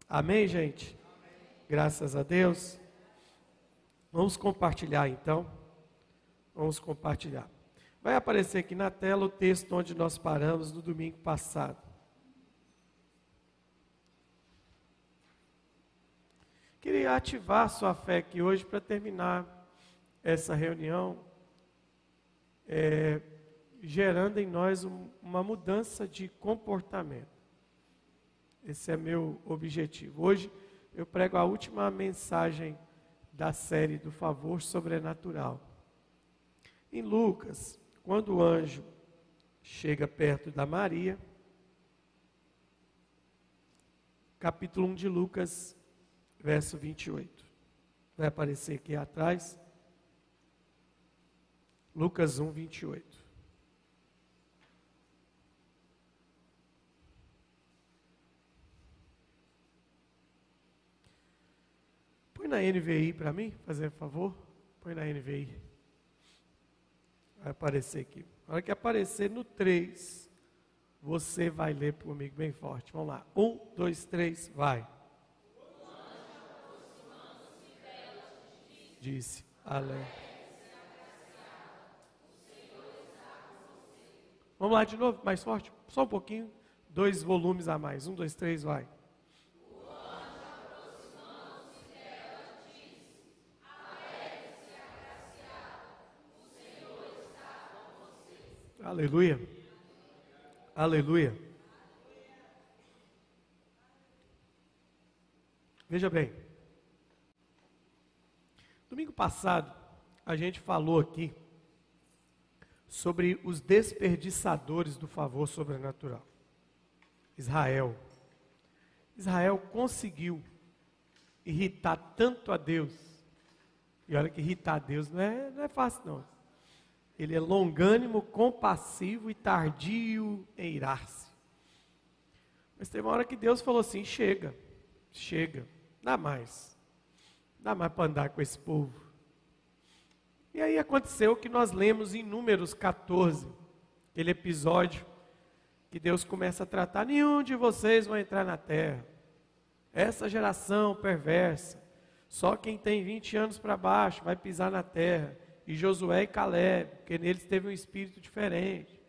Amém, gente? Graças a Deus. Vamos compartilhar então. Vamos compartilhar. Vai aparecer aqui na tela o texto onde nós paramos no domingo passado. Queria ativar sua fé aqui hoje para terminar essa reunião, gerando em nós uma mudança de comportamento. Esse é meu objetivo. Hoje eu prego a última mensagem da série do favor sobrenatural. Em Lucas, quando o anjo chega perto da Maria, capítulo 1 de Lucas, verso 28. Vai aparecer aqui atrás. Lucas 1, 28. Põe na NVI para mim, fazer favor. Põe na NVI. Vai aparecer aqui. Na hora que aparecer no 3, você vai ler comigo bem forte. Vamos lá. 1, 2, 3, vai. Disse, aleluia. Vamos lá de novo, mais forte. Só um pouquinho. 2 volumes a mais. 1, 2, 3, vai. Aleluia. Aleluia. Veja bem. Domingo passado, a gente falou aqui sobre os desperdiçadores do favor sobrenatural. Israel. Israel conseguiu irritar tanto a Deus. E olha que irritar a Deus não é fácil não. Ele é longânimo, compassivo e tardio em irar-se. Mas tem uma hora que Deus falou assim, chega, dá mais para andar com esse povo. E aí aconteceu o que nós lemos em Números 14, aquele episódio que Deus começa a tratar, nenhum de vocês vai entrar na terra, essa geração perversa, só quem tem 20 anos para baixo vai pisar na terra, e Josué e Caleb, porque neles teve um espírito diferente.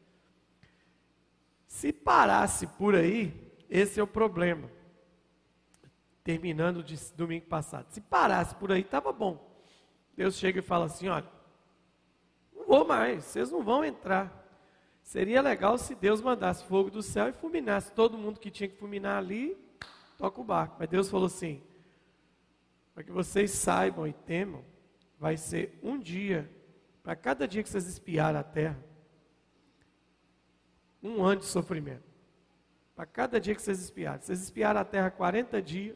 Se parasse por aí, esse é o problema. Terminando de domingo passado. Se parasse por aí, estava bom. Deus chega e fala assim, olha, não vou mais, vocês não vão entrar. Seria legal se Deus mandasse fogo do céu e fulminasse todo mundo que tinha que fulminar ali, toca o barco. Mas Deus falou assim, para que vocês saibam e temam, vai ser um dia, para cada dia que vocês espiarem a terra, 1 ano de sofrimento. Para cada dia que vocês espiarem. Vocês espiaram a terra 40 dias,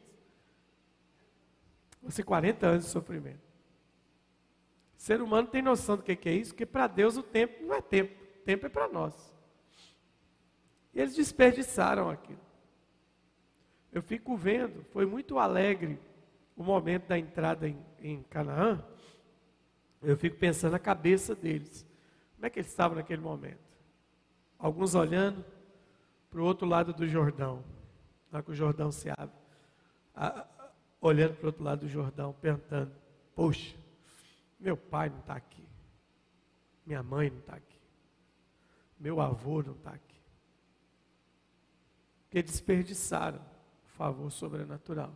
vai ser 40 anos de sofrimento. O ser humano tem noção do que é isso, porque para Deus o tempo não é tempo, o tempo é para nós. E eles desperdiçaram aquilo. Eu fico vendo, foi muito alegre o momento da entrada em Canaã. Eu fico pensando na cabeça deles. Como é que eles estavam naquele momento? Alguns olhando para o outro lado do Jordão. Lá que o Jordão se abre. Olhando para o outro lado do Jordão, perguntando, poxa, meu pai não está aqui. Minha mãe não está aqui. Meu avô não está aqui. Porque desperdiçaram o favor sobrenatural.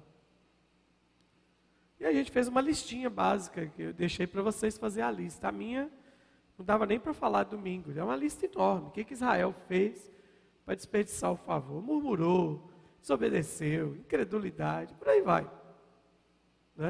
E a gente fez uma listinha básica, que eu deixei para vocês fazer a lista. A minha não dava nem para falar domingo, é uma lista enorme. O que Israel fez para desperdiçar o favor? Murmurou, desobedeceu, incredulidade, por aí vai. Né?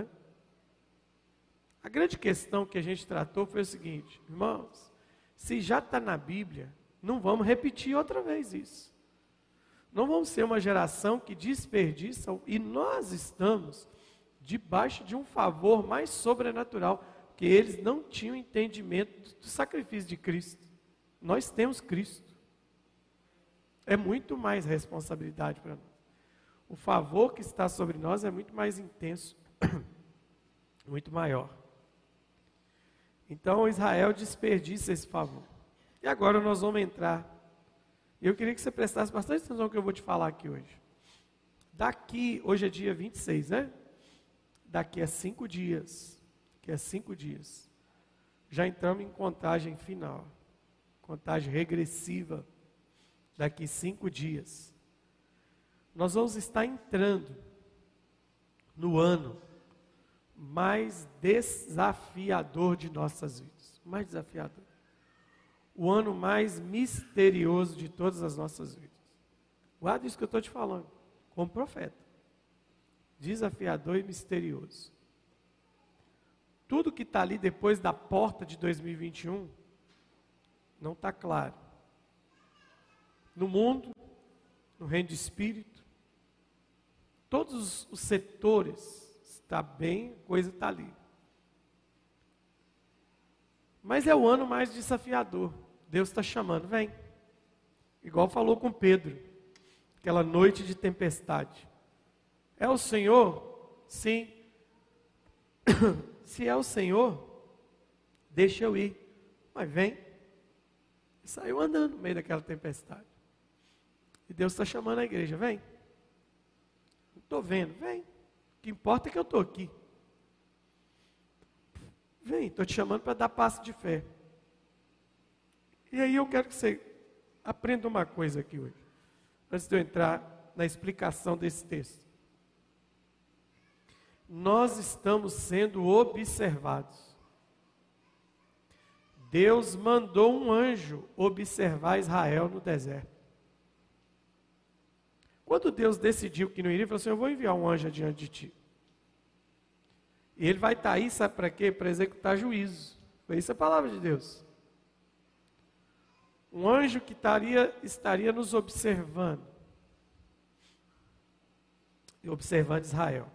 A grande questão que a gente tratou foi o seguinte, irmãos, se já está na Bíblia, não vamos repetir outra vez isso. Não vamos ser uma geração que desperdiça, e nós estamos debaixo de um favor mais sobrenatural, que eles não tinham entendimento do sacrifício de Cristo. Nós temos Cristo. É muito mais responsabilidade para nós. O favor que está sobre nós é muito mais intenso, muito maior. Então Israel desperdiça esse favor. E agora nós vamos entrar. Eu queria que você prestasse bastante atenção no que eu vou te falar aqui hoje. hoje é dia 26, né? Daqui a 5 dias, já entramos em contagem final, contagem regressiva, daqui 5 dias. Nós vamos estar entrando no ano mais desafiador de nossas vidas, mais desafiador. O ano mais misterioso de todas as nossas vidas. Guarda isso que eu estou te falando, como profeta. Desafiador e misterioso. Tudo que está ali depois da porta de 2021 não está claro. No mundo, no reino de espírito, todos os setores está bem, a coisa está ali. Mas é o ano mais desafiador. Deus está chamando, vem. Igual falou com Pedro, aquela noite de tempestade. É o Senhor? Sim. Se é o Senhor, deixa eu ir. Mas vem. E saiu andando no meio daquela tempestade. E Deus está chamando a igreja, vem. Não estou vendo, vem. O que importa é que eu estou aqui. Vem, estou te chamando para dar passo de fé. E aí eu quero que você aprenda uma coisa aqui hoje. Antes de eu entrar na explicação desse texto. Nós estamos sendo observados. Deus mandou um anjo observar Israel no deserto. Quando Deus decidiu que não iria, ele falou assim, eu vou enviar um anjo adiante de ti. E ele vai estar aí, sabe para quê? Para executar juízo. Foi isso a palavra de Deus. Um anjo que estaria nos observando. E observando Israel.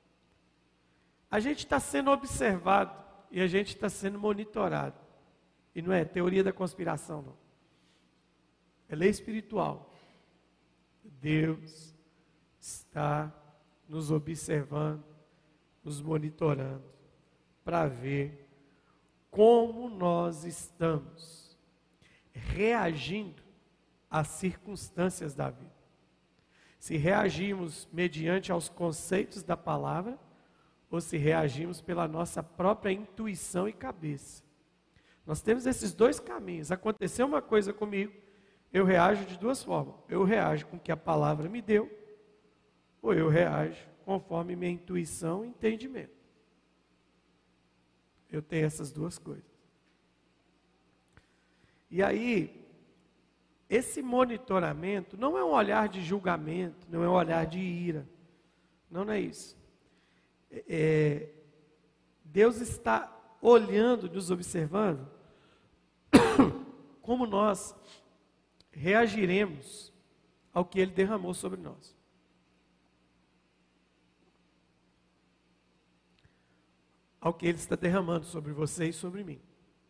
A gente está sendo observado e a gente está sendo monitorado. E não é teoria da conspiração, não. É lei espiritual. Deus está nos observando, nos monitorando, para ver como nós estamos reagindo às circunstâncias da vida. Se reagimos mediante aos conceitos da palavra, ou se reagimos pela nossa própria intuição e cabeça. Nós temos esses dois caminhos. Aconteceu uma coisa comigo, eu reajo de duas formas. Eu reajo com o que a palavra me deu, ou eu reajo conforme minha intuição e entendimento. Eu tenho essas duas coisas. E aí, esse monitoramento não é um olhar de julgamento, não é um olhar de ira. Não é isso. Deus está olhando, nos observando, como nós reagiremos ao que Ele derramou sobre nós. Ao que Ele está derramando sobre você e sobre mim.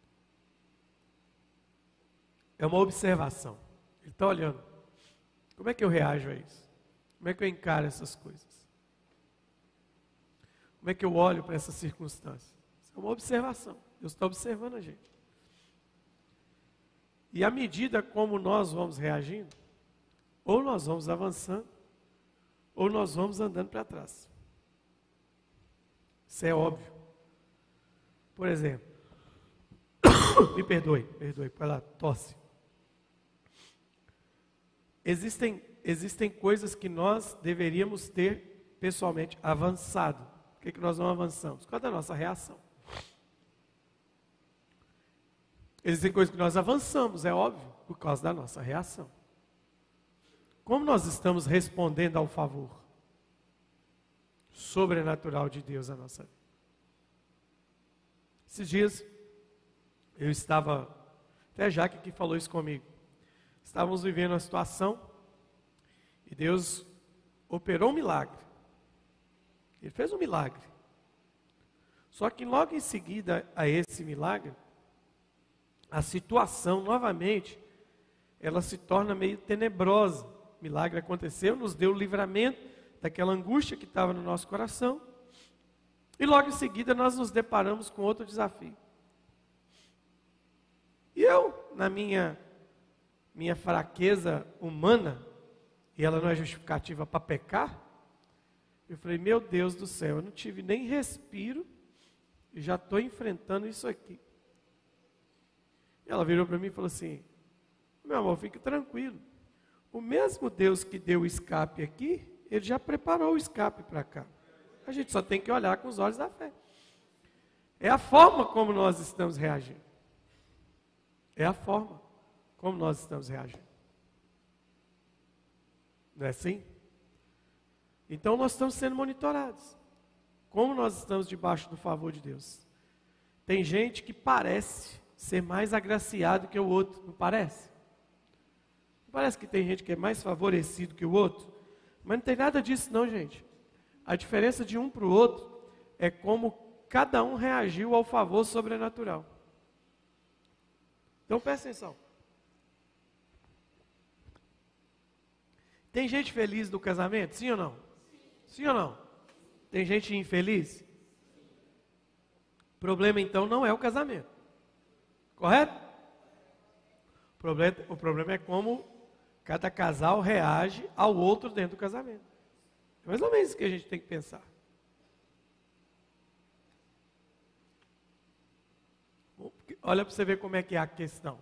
É uma observação. Ele está olhando. Como é que eu reajo a isso? Como é que eu encaro essas coisas? Como é que eu olho para essas circunstâncias? Isso é uma observação. Deus está observando a gente. E à medida como nós vamos reagindo, ou nós vamos avançando, ou nós vamos andando para trás. Isso é óbvio. Por exemplo, me perdoe, pela tosse. Existem coisas que nós deveríamos ter pessoalmente avançado. Por que nós não avançamos? Por causa da nossa reação. Existem coisas que nós avançamos, é óbvio, por causa da nossa reação. Como nós estamos respondendo ao favor sobrenatural de Deus à nossa vida? Esses dias, eu estava, até a Jaque que falou isso comigo, estávamos vivendo uma situação e Deus operou um milagre. Ele fez um milagre. Só que logo em seguida a esse milagre, a situação novamente, ela se torna meio tenebrosa. O milagre aconteceu, nos deu o livramento daquela angústia que estava no nosso coração. E logo em seguida nós nos deparamos com outro desafio. E eu, na minha fraqueza humana, e ela não é justificativa para pecar, Eu falei, meu Deus do céu, eu não tive nem respiro e já estou enfrentando isso aqui. Ela virou para mim e falou assim, meu amor, fique tranquilo. O mesmo Deus que deu o escape aqui, Ele já preparou o escape para cá. A gente só tem que olhar com os olhos da fé. É a forma como nós estamos reagindo. É a forma como nós estamos reagindo. Não é assim? Então nós estamos sendo monitorados. Como nós estamos debaixo do favor de Deus? Tem gente que parece ser mais agraciado que o outro, não parece? Não parece que tem gente que é mais favorecido que o outro? Mas não tem nada disso não, gente. A diferença de um para o outro é como cada um reagiu ao favor sobrenatural. Então presta atenção. Tem gente feliz no casamento? Sim ou não? Sim ou não? Tem gente infeliz? O problema então não é o casamento. Correto? O problema é como cada casal reage ao outro dentro do casamento. É mais ou menos isso que a gente tem que pensar. Olha para você ver como é que é a questão.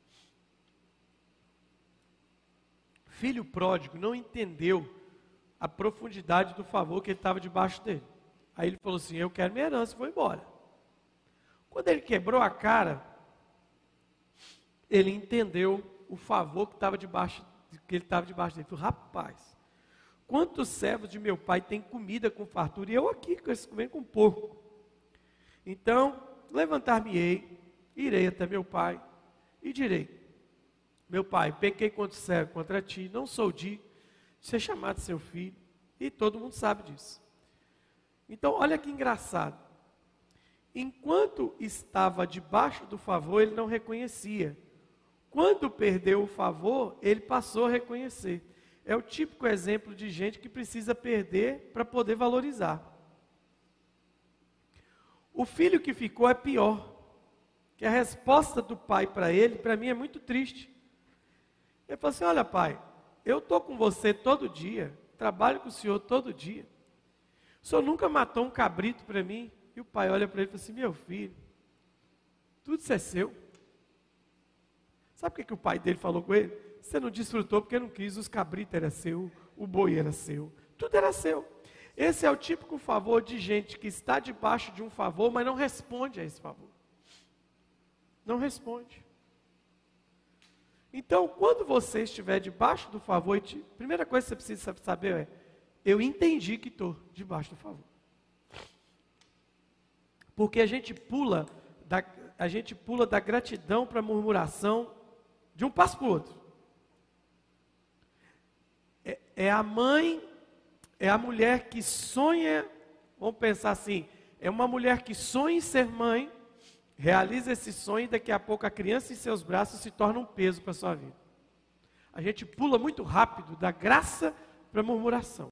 Filho pródigo não entendeu a profundidade do favor que ele estava debaixo dele. Aí ele falou assim, eu quero minha herança, e foi embora. Quando ele quebrou a cara, ele entendeu o favor que estava debaixo dele. Ele falou, rapaz, quantos servos de meu pai têm comida com fartura, e eu aqui comendo com porco. Então, levantar-me-ei, irei até meu pai, e direi, meu pai, pequei contra ti, não sou digno de ser chamado seu filho, e todo mundo sabe disso. Então, olha que engraçado, enquanto estava debaixo do favor, ele não reconhecia, quando perdeu o favor, ele passou a reconhecer. É o típico exemplo de gente que precisa perder para poder valorizar. O filho que ficou é pior, que a resposta do pai para ele, para mim é muito triste. Ele falou assim, olha pai, eu estou com você todo dia, trabalho com o senhor todo dia, o senhor nunca matou um cabrito para mim? E o pai olha para ele e fala assim, meu filho, tudo isso é seu. Sabe o que o pai dele falou com ele? Você não desfrutou porque não quis, os cabritos eram seu, o boi era seu, tudo era seu. Esse é o típico favor de gente que está debaixo de um favor, mas não responde a esse favor. Não responde. Então, quando você estiver debaixo do favor, a primeira coisa que você precisa saber é, eu entendi que estou debaixo do favor. Porque a gente pula da gratidão para a murmuração de um passo para o outro. É a mãe, é a mulher que sonha, vamos pensar assim, é uma mulher que sonha em ser mãe, realiza esse sonho e daqui a pouco a criança em seus braços se torna um peso para a sua vida. A gente pula muito rápido da graça para a murmuração.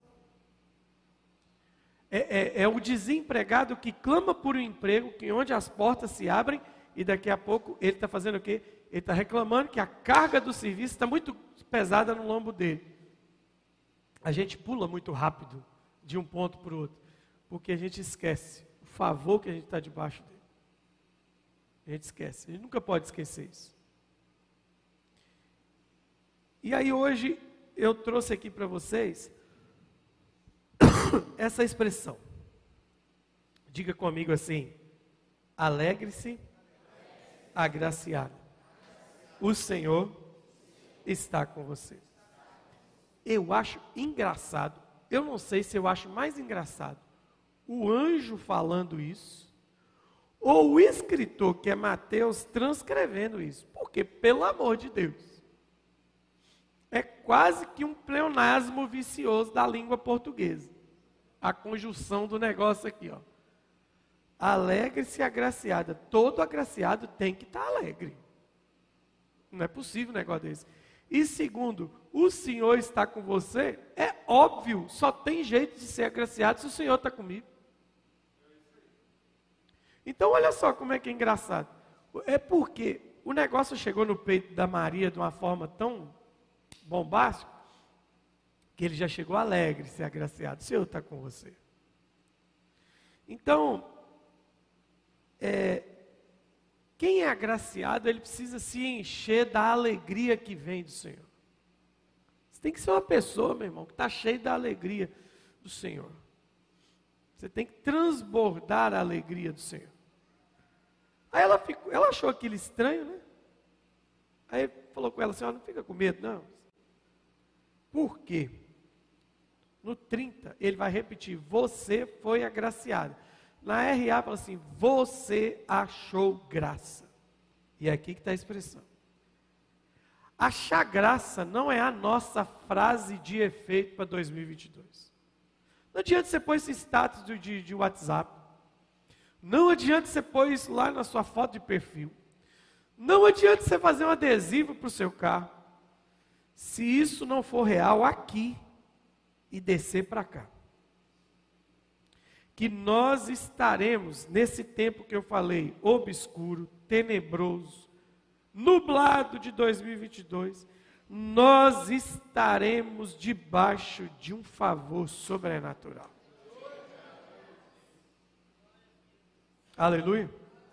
É o desempregado que clama por um emprego, que onde as portas se abrem e daqui a pouco ele está fazendo o quê? Ele está reclamando que a carga do serviço está muito pesada no lombo dele. A gente pula muito rápido de um ponto para o outro, porque a gente esquece o favor que a gente está debaixo dele. A gente esquece, a gente nunca pode esquecer isso. E aí hoje eu trouxe aqui para vocês essa expressão. Diga comigo assim, alegre-se, agraciado. O Senhor está com você. Eu acho engraçado, eu não sei se eu acho mais engraçado o anjo falando isso, ou o escritor, que é Mateus, transcrevendo isso. Porque, pelo amor de Deus, é quase que um pleonasmo vicioso da língua portuguesa. A conjunção do negócio aqui, ó. Alegre-se, agraciada. Todo agraciado tem que estar alegre. Não é possível um negócio desse. E segundo, o Senhor está com você, é óbvio, só tem jeito de ser agraciado se o Senhor está comigo. Então olha só como é que é engraçado. É porque o negócio chegou no peito da Maria de uma forma tão bombástica, que ele já chegou alegre, ser agraciado. O Senhor está com você. Então, quem é agraciado, ele precisa se encher da alegria que vem do Senhor. Você tem que ser uma pessoa, meu irmão, que está cheia da alegria do Senhor. Você tem que transbordar a alegria do Senhor. Aí ela achou aquilo estranho, né? Aí falou com ela assim, não fica com medo, não. Por quê? No 30, ele vai repetir, você foi agraciado. Na RA fala assim, você achou graça. E é aqui que está a expressão. Achar graça não é a nossa frase de efeito para 2022. Não adianta você pôr esse status de WhatsApp. Não adianta você pôr isso lá na sua foto de perfil. Não adianta você fazer um adesivo para o seu carro. Se isso não for real aqui e descer para cá. Que nós estaremos nesse tempo que eu falei, obscuro, tenebroso, nublado de 2022, nós estaremos debaixo de um favor sobrenatural. Aleluia.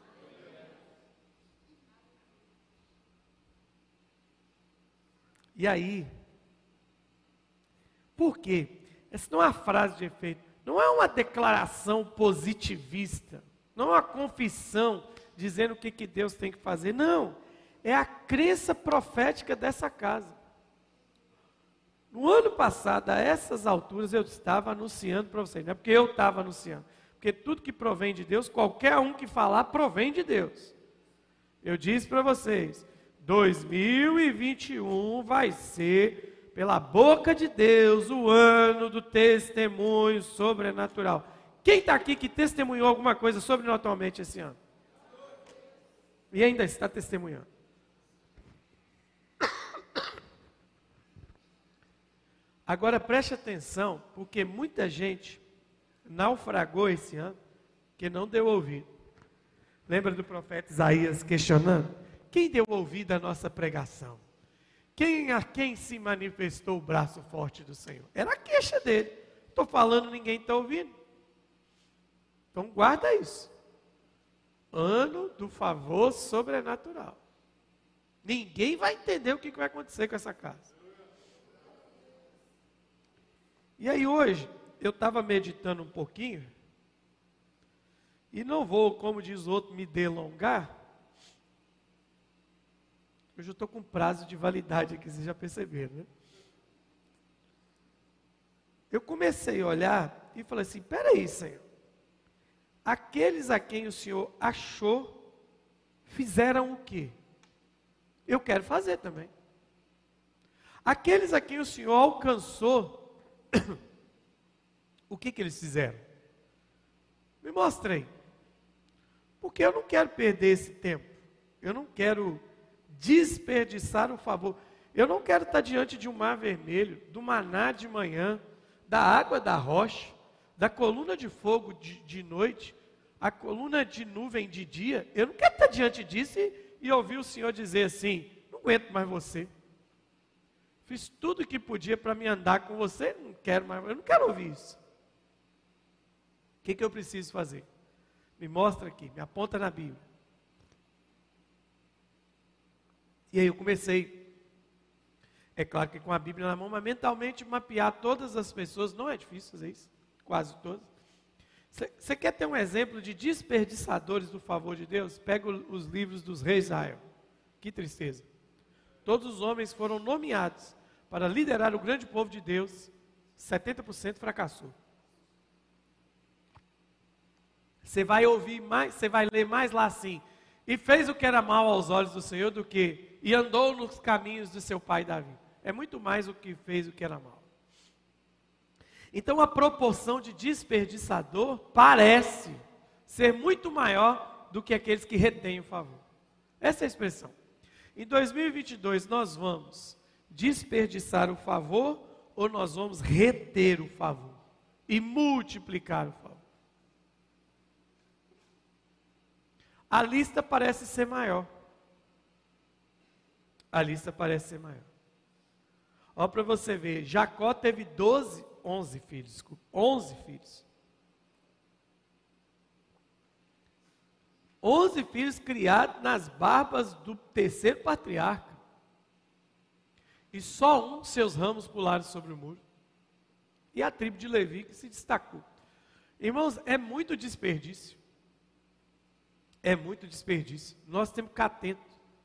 E aí, por quê? Essa não é uma frase de efeito, não é uma declaração positivista, não é uma confissão dizendo o que Deus tem que fazer, não. É a crença profética dessa casa. No ano passado, a essas alturas, eu estava anunciando para vocês, não é porque eu estava anunciando, porque tudo que provém de Deus, qualquer um que falar, provém de Deus. Eu disse para vocês, 2021 vai ser, pela boca de Deus, o ano do testemunho sobrenatural. Quem está aqui que testemunhou alguma coisa sobrenaturalmente esse ano? E ainda está testemunhando. Agora preste atenção, porque muita gente naufragou esse ano, que não deu ouvido. Lembra do profeta Isaías questionando? Quem deu ouvido à nossa pregação? A quem se manifestou o braço forte do Senhor? Era a queixa dele. Estou falando, ninguém está ouvindo. Então guarda isso. Ano do favor sobrenatural. Ninguém vai entender o que vai acontecer com essa casa. E aí hoje, eu estava meditando um pouquinho, e não vou, como diz o outro, me delongar. Hoje eu estou com prazo de validade aqui, vocês já perceberam, né? Eu comecei a olhar e falei assim, peraí, Senhor. Aqueles a quem o Senhor achou, fizeram o quê? Eu quero fazer também. Aqueles a quem o Senhor alcançou, o que eles fizeram? Me mostrem. Porque eu não quero perder esse tempo. Eu não quero desperdiçar o favor. Eu não quero estar diante de um mar vermelho, do maná de manhã, da água da rocha, da coluna de fogo de noite, a coluna de nuvem de dia. Eu não quero estar diante disso e ouvir o Senhor dizer assim, não aguento mais você. Fiz tudo o que podia para me andar com você, não quero mais, eu não quero ouvir isso. O que eu preciso fazer? Me mostra aqui, me aponta na Bíblia. E aí eu comecei, é claro que com a Bíblia na mão, mas mentalmente mapear todas as pessoas, não é difícil fazer isso, quase todas. Você quer ter um exemplo de desperdiçadores do favor de Deus? Pega os livros dos reis de Israel. Que tristeza. Todos os homens foram nomeados para liderar o grande povo de Deus, 70% fracassou. Você vai ouvir mais, você vai ler mais lá assim, e fez o que era mal aos olhos do Senhor do que, e andou nos caminhos do seu pai Davi. É muito mais o que fez o que era mal. Então a proporção de desperdiçador parece ser muito maior do que aqueles que retêm o favor. Essa é a expressão. Em 2022 nós vamos desperdiçar o favor ou nós vamos reter o favor e multiplicar o favor? A lista parece ser maior. A lista parece ser maior. Olha para você ver, Jacó teve 11 filhos, desculpa, 11 filhos. 11 filhos criados nas barbas do terceiro patriarca. E só um de seus ramos pularam sobre o muro. E a tribo de Levi que se destacou. Irmãos, é muito desperdício. É muito desperdício. Nós temos que ficar atentos.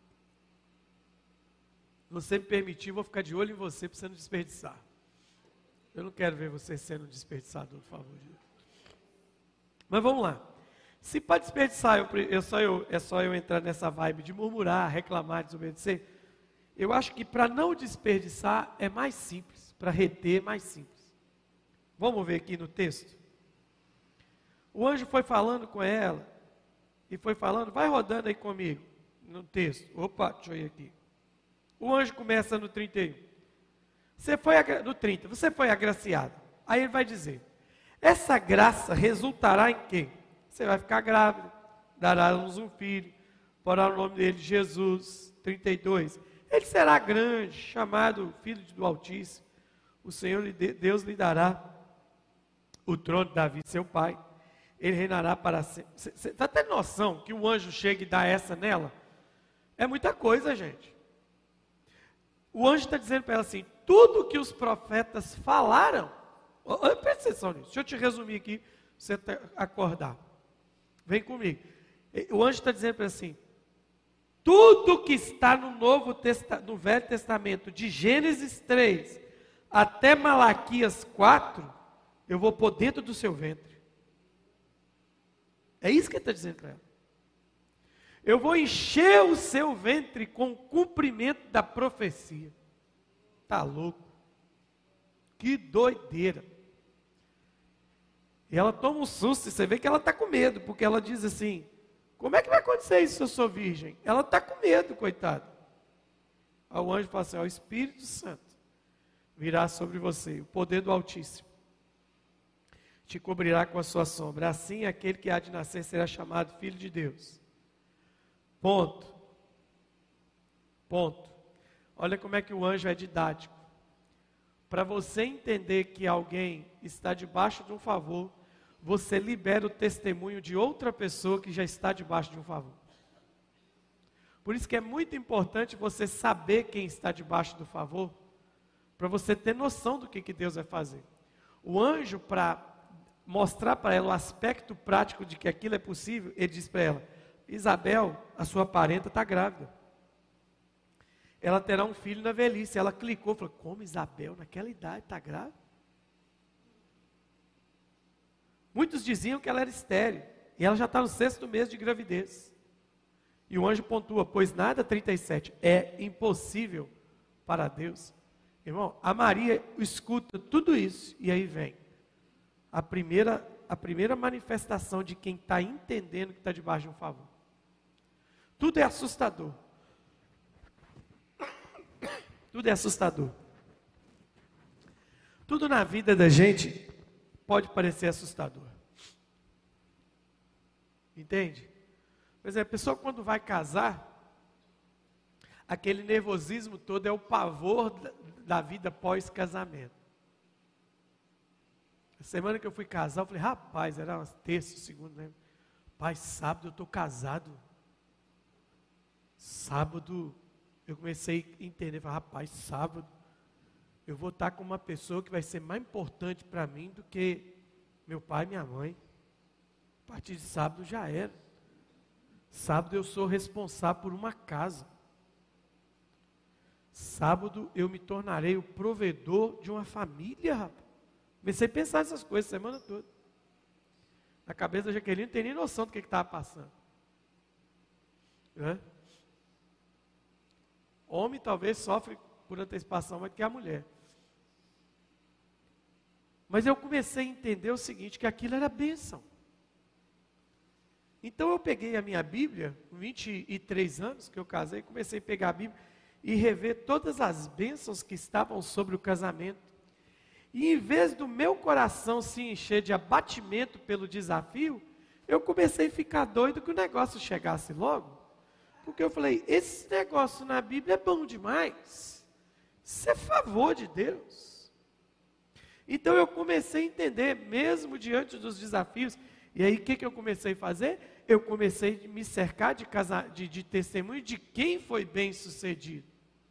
Se você me permitir, eu vou ficar de olho em você para você não desperdiçar. Eu não quero ver você sendo um desperdiçador, por favor de Deus. Mas vamos lá. Se para desperdiçar é só eu entrar nessa vibe de murmurar, reclamar, desobedecer, eu acho que para não desperdiçar é mais simples, para reter é mais simples. Vamos ver aqui no texto. O anjo foi falando com ela, e foi falando, vai rodando aí comigo, no texto. Opa, deixa eu ir aqui. O anjo começa no 31. No 30, você foi agraciado. Aí ele vai dizer, essa graça resultará em quê? Você vai ficar grávida, dará à luz um filho, porá o nome dele Jesus. 32. Ele será grande, chamado Filho do Altíssimo. O Senhor, Deus lhe dará o trono de Davi, seu pai. Ele reinará para sempre. Você está tendo noção que o anjo chega e dá essa nela? É muita coisa, gente. O anjo está dizendo para ela assim, tudo que os profetas falaram, presta atenção nisso, deixa eu te resumir aqui, para você acordar. Vem comigo. O anjo está dizendo para ela assim, tudo que está no Velho Testamento, de Gênesis 3 até Malaquias 4, eu vou pôr dentro do seu ventre. É isso que ele está dizendo para ela. Eu vou encher o seu ventre com o cumprimento da profecia. Está louco? Que doideira. E ela toma um susto, e você vê que ela está com medo, porque ela diz assim, como é que vai acontecer isso se eu sou virgem? Ela está com medo, coitada. Aí o anjo fala assim, o Espírito Santo virá sobre você, o poder do Altíssimo te cobrirá com a sua sombra. Assim, aquele que há de nascer será chamado Filho de Deus. Ponto. Ponto. Olha como é que o anjo é didático. Para você entender que alguém está debaixo de um favor, você libera o testemunho de outra pessoa que já está debaixo de um favor. Por isso que é muito importante você saber quem está debaixo do favor, para você ter noção do que Deus vai fazer. O anjo, para mostrar para ela o aspecto prático de que aquilo é possível, ele diz para ela, Isabel, a sua parenta está grávida. Ela terá um filho na velhice. Ela clicou, falou, como Isabel, naquela idade, está grávida? Muitos diziam que ela era estéril, e ela já está no 6º mês de gravidez. E o anjo pontua, pois nada, 37, é impossível para Deus. Irmão, a Maria escuta tudo isso, e aí vem a primeira manifestação de quem está entendendo que está debaixo de um favor. Tudo é assustador. Tudo é assustador. Tudo na vida da gente pode parecer assustador. Entende? Por exemplo, a pessoa quando vai casar, aquele nervosismo todo é o pavor da vida pós-casamento. A semana que eu fui casar, eu falei, rapaz, era uma terça, segunda, né? Pai, sábado eu estou casado. Sábado, eu comecei a entender, falei, rapaz, sábado, eu vou estar com uma pessoa que vai ser mais importante para mim do que meu pai e minha mãe. A partir de sábado já era. Sábado eu sou responsável por uma casa. Sábado eu me tornarei o provedor de uma família, rapaz. Comecei a pensar nessas coisas a semana toda. Na cabeça da Jaqueline não tem nem noção do que estava passando. Né? Homem talvez sofre por antecipação mais do que a mulher. Mas eu comecei a entender o seguinte, que aquilo era bênção. Então eu peguei a minha Bíblia, com 23 anos que eu casei, comecei a pegar a Bíblia e rever todas as bênçãos que estavam sobre o casamento. E em vez do meu coração se encher de abatimento pelo desafio, eu comecei a ficar doido que o negócio chegasse logo. Porque eu falei, esse negócio na Bíblia é bom demais. Isso é favor de Deus. Então eu comecei a entender, mesmo diante dos desafios, e aí o que eu comecei a fazer? Eu comecei a me cercar de testemunho de quem foi bem sucedido.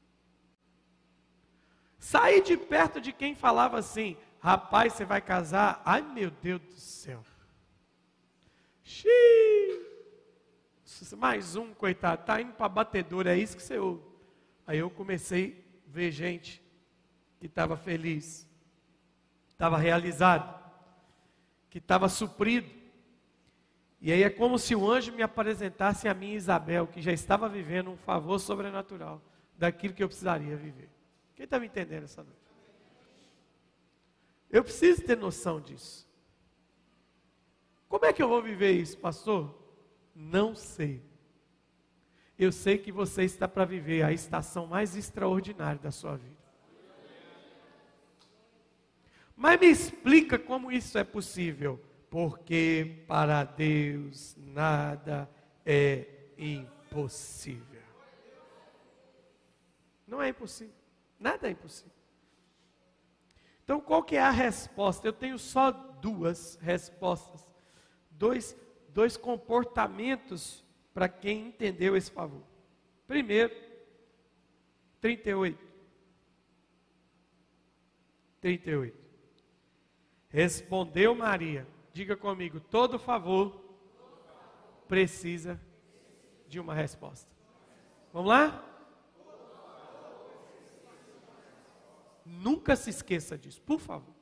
Saí de perto de quem falava assim, rapaz, você vai casar? Ai meu Deus do céu. Xiii. Mais um, coitado, está indo para a batedora, é isso que você ouve. Aí eu comecei a ver gente que estava feliz, estava realizado, que estava suprido. E aí é como se o anjo me apresentasse a mim, Isabel, que já estava vivendo um favor sobrenatural daquilo que eu precisaria viver. Quem está me entendendo essa noite? Eu preciso ter noção disso. Como é que eu vou viver isso, pastor? Não sei. Eu sei que você está para viver a estação mais extraordinária da sua vida. Mas me explica como isso é possível. Porque para Deus nada é impossível. Não é impossível. Nada é impossível. Então qual que é a resposta? Eu tenho só duas respostas. Dois comportamentos para quem entendeu esse favor. Primeiro, 38. Respondeu Maria. Diga comigo, todo favor precisa de uma resposta. Vamos lá? Nunca se esqueça disso, por favor.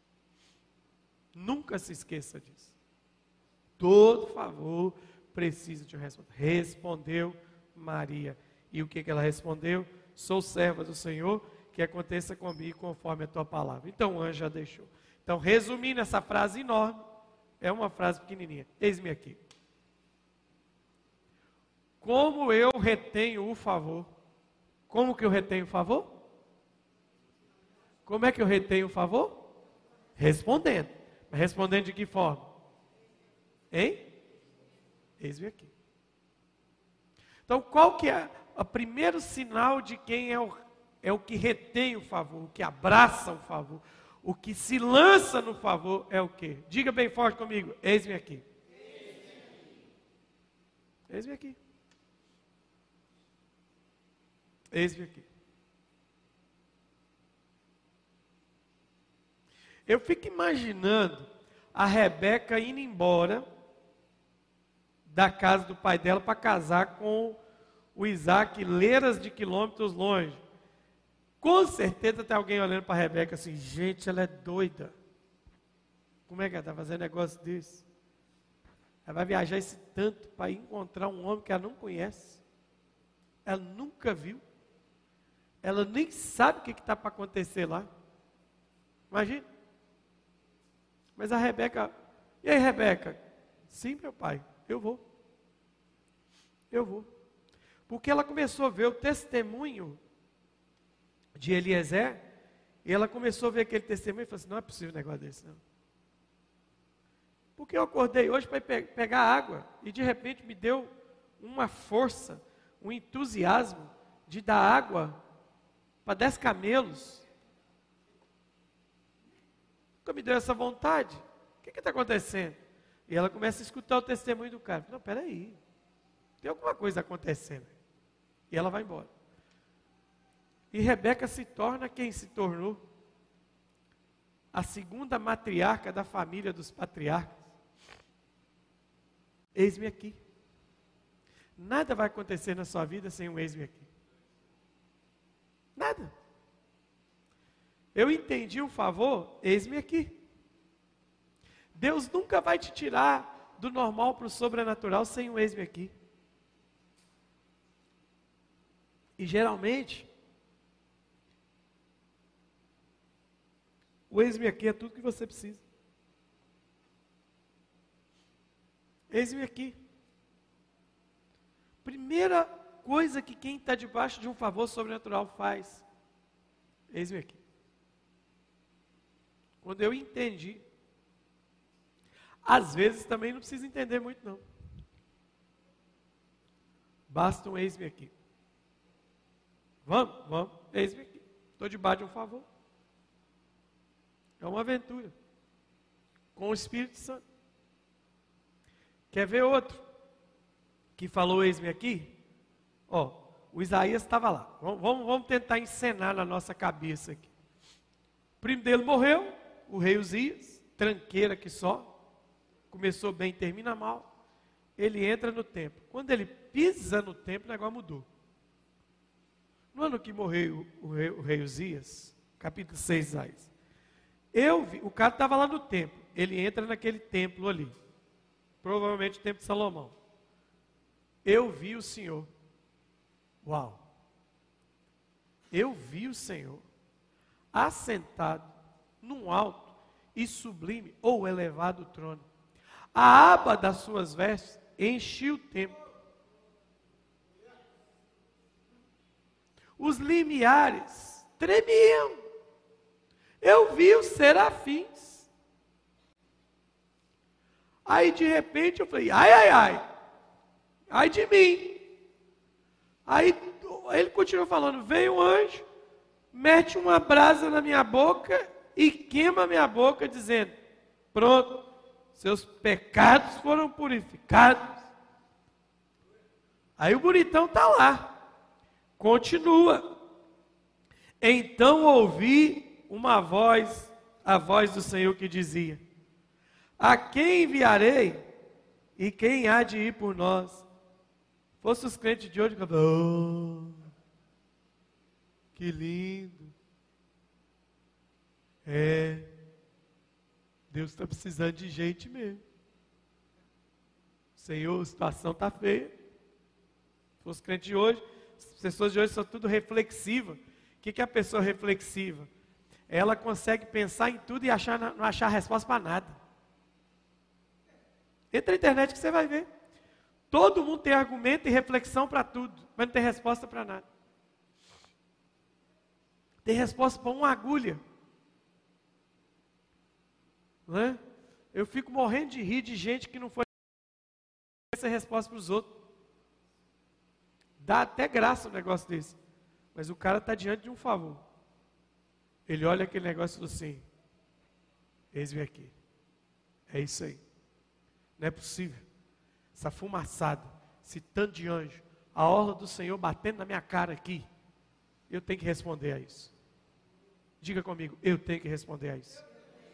Nunca se esqueça disso. Todo favor precisa de uma resposta. Respondeu Maria. E o que ela respondeu? Sou serva do Senhor, que aconteça comigo conforme a tua palavra. Então o anjo já deixou. Então, resumindo essa frase enorme, é uma frase pequenininha. Eis-me aqui. Como eu retenho o favor? Como que eu retenho o favor? Como é que eu retenho o favor? Respondendo. Mas respondendo de que forma? Hein? Eis-me aqui. Então, qual que é o primeiro sinal de quem é o que retém o favor, o que abraça o favor? O que se lança no favor é o quê? Diga bem forte comigo, eis-me aqui. Eis-me aqui. Eis-me aqui. Eu fico imaginando a Rebeca indo embora da casa do pai dela para casar com o Isaac, leiras de quilômetros longe. Com certeza tem alguém olhando para a Rebeca assim, gente, ela é doida. Como é que ela está fazendo negócio desse? Ela vai viajar esse tanto para encontrar um homem que ela não conhece. Ela nunca viu. Ela nem sabe o que está para acontecer lá. Imagina. Mas a Rebeca, e aí Rebeca? Sim, meu pai, eu vou. Eu vou. Porque ela começou a ver o testemunho de Eliezer, e ela começou a ver aquele testemunho e falou assim, não é possível um negócio desse não. Porque eu acordei hoje para pegar água, e de repente me deu uma força, um entusiasmo de dar água para 10 camelos. Nunca me deu essa vontade. O que está acontecendo? E ela começa a escutar o testemunho do cara. Não, peraí, tem alguma coisa acontecendo. E ela vai embora. E Rebeca se torna quem se tornou? A segunda matriarca da família dos patriarcas. Eis-me aqui. Nada vai acontecer na sua vida sem um eis-me aqui. Nada. Eu entendi o favor, eis-me aqui. Deus nunca vai te tirar do normal para o sobrenatural sem um eis-me aqui. E geralmente, o eis-me aqui é tudo que você precisa. Eis-me aqui. Primeira coisa que quem está debaixo de um favor sobrenatural faz. Eis-me aqui. Quando eu entendi, às vezes também não precisa entender muito não. Basta um eis-me aqui. Vamos, eis-me aqui. estou debaixo de um favor. É uma aventura. Com o Espírito Santo. Quer ver outro? Que falou, eis-me aqui? Ó, o Isaías estava lá. Vamos tentar encenar na nossa cabeça aqui. O primo dele morreu, o rei Uzias, tranqueira que só. Começou bem, termina mal. Ele entra no templo. Quando ele pisa no templo, o negócio mudou. No ano que morreu o rei Uzias, capítulo 6, Isaías, eu vi, o cara estava lá no templo. Ele entra naquele templo ali. Provavelmente o templo de Salomão. Eu vi o Senhor. Uau! Eu vi o Senhor assentado num alto e sublime ou elevado trono. A aba das suas vestes enchia o templo. Os limiares tremiam. Eu vi os serafins. Aí de repente eu falei, ai de mim. Aí ele continuou falando, veio um anjo, mete uma brasa na minha boca e queima a minha boca, dizendo, pronto, seus pecados foram purificados. Aí o bonitão está lá, continua. Então ouvi uma voz, a voz do Senhor que dizia, a quem enviarei e quem há de ir por nós? Fosse os crentes de hoje, que lindo. Deus está precisando de gente mesmo. Senhor, a situação está feia. Se fosse crente de hoje, as pessoas de hoje são tudo reflexivas. O que é a pessoa reflexiva? Ela consegue pensar em tudo e não achar resposta para nada. Entra na internet que você vai ver. Todo mundo tem argumento e reflexão para tudo, mas não tem resposta para nada. Tem resposta para uma agulha. Não é? Eu fico morrendo de rir de gente que não foi essa resposta para os outros. Dá até graça um negócio desse. Mas o cara está diante de um favor. Ele olha aquele negócio e fala assim, eis-me aqui. É isso aí. Não é possível. Essa fumaçada, esse tanto de anjo, a orla do Senhor batendo na minha cara aqui. Eu tenho que responder a isso. Diga comigo, eu tenho que responder a isso.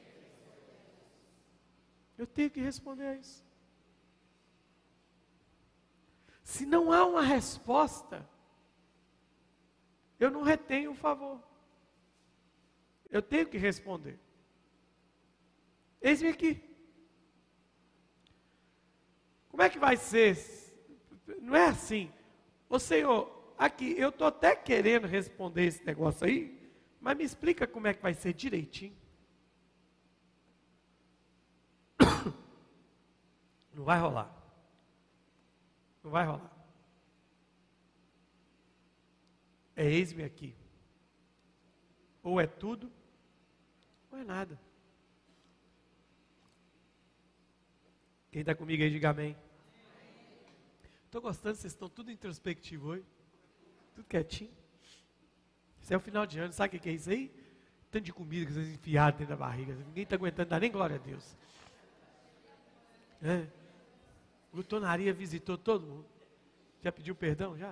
Eu tenho que responder a isso. Se não há uma resposta, eu não retenho o favor. Eu tenho que responder. Eis-me aqui. Como é que vai ser? Não é assim. Ô Senhor, aqui, eu estou até querendo responder esse negócio aí, mas me explica como é que vai ser direitinho. Não vai rolar. Não vai rolar. É eis-me aqui. Ou é tudo, ou é nada. Quem está comigo aí, diga amém. Estou gostando, vocês estão tudo introspectivo hoje. Tudo quietinho. Isso é o final de ano, sabe o que é isso aí? Tanto de comida que vocês enfiaram dentro da barriga. Ninguém está aguentando, dá nem glória a Deus. Glutonaria visitou todo mundo. Já pediu perdão, já?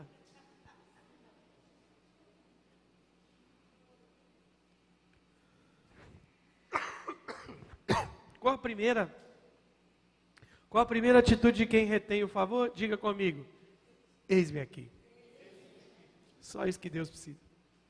Qual a primeira atitude de quem retém o favor? Diga comigo. Eis-me aqui. Só isso que Deus precisa.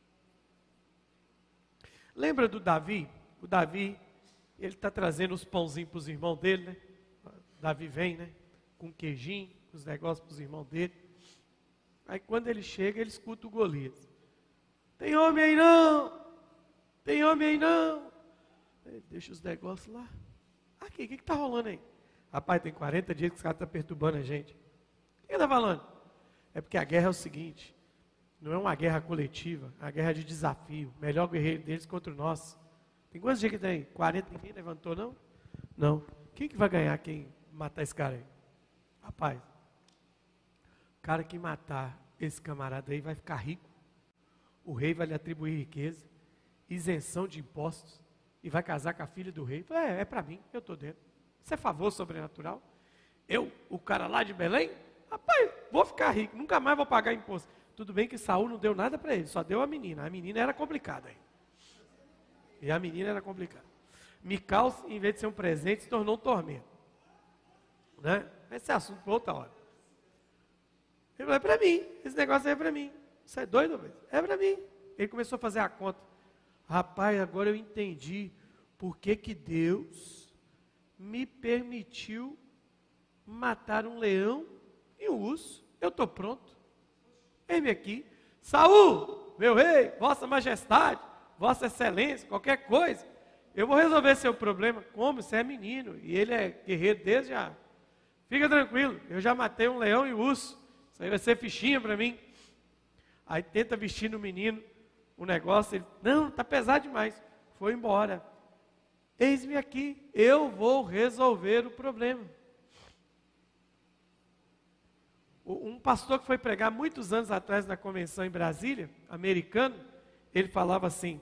Lembra do Davi? O Davi, ele está trazendo os pãozinhos para os irmãos dele, né? Davi vem, né? Com queijinho, com os negócios para os irmãos dele. Aí quando ele chega, ele escuta o Golias. Tem homem aí não? Tem homem aí não? Ele deixa os negócios lá. Aqui, o que está rolando aí? Rapaz, tem 40 dias que esse cara está perturbando a gente. O que está falando? É porque a guerra é o seguinte, não é uma guerra coletiva, é uma guerra de desafio. O melhor guerreiro deles contra o nosso. Tem quantos dias que tem? 40, ninguém levantou não? Não. Quem que vai ganhar quem matar esse cara aí? Rapaz, o cara que matar esse camarada aí vai ficar rico. O rei vai lhe atribuir riqueza. isenção de impostos e vai casar com a filha do rei. Eu falei, é para mim, eu estou dentro. Isso é favor sobrenatural? Eu, o cara lá de Belém, rapaz, vou ficar rico, nunca mais vou pagar imposto. Tudo bem que Saul não deu nada para ele, só deu a menina. A menina era complicada ainda. E a menina era complicada. Mical, em vez de ser um presente, se tornou um tormento. Né? Esse é assunto para outra hora. Ele falou, é para mim, esse negócio é para mim. Você é doido, velho? É para mim. Ele começou a fazer a conta. Rapaz, agora eu entendi por que Deus me permitiu matar um leão e um urso. Eu estou pronto. Eis-me aqui. Saul, meu rei, vossa majestade, vossa excelência, qualquer coisa. Eu vou resolver seu problema. Como? Você é menino. E ele é guerreiro desde já. Fica tranquilo, eu já matei um leão e um urso. Isso aí vai ser fichinha para mim. Aí tenta vestir no menino o negócio. Ele, não, está pesado demais. Foi embora. Eis-me aqui, eu vou resolver o problema. Um pastor que foi pregar muitos anos atrás na convenção em Brasília, americano, ele falava assim,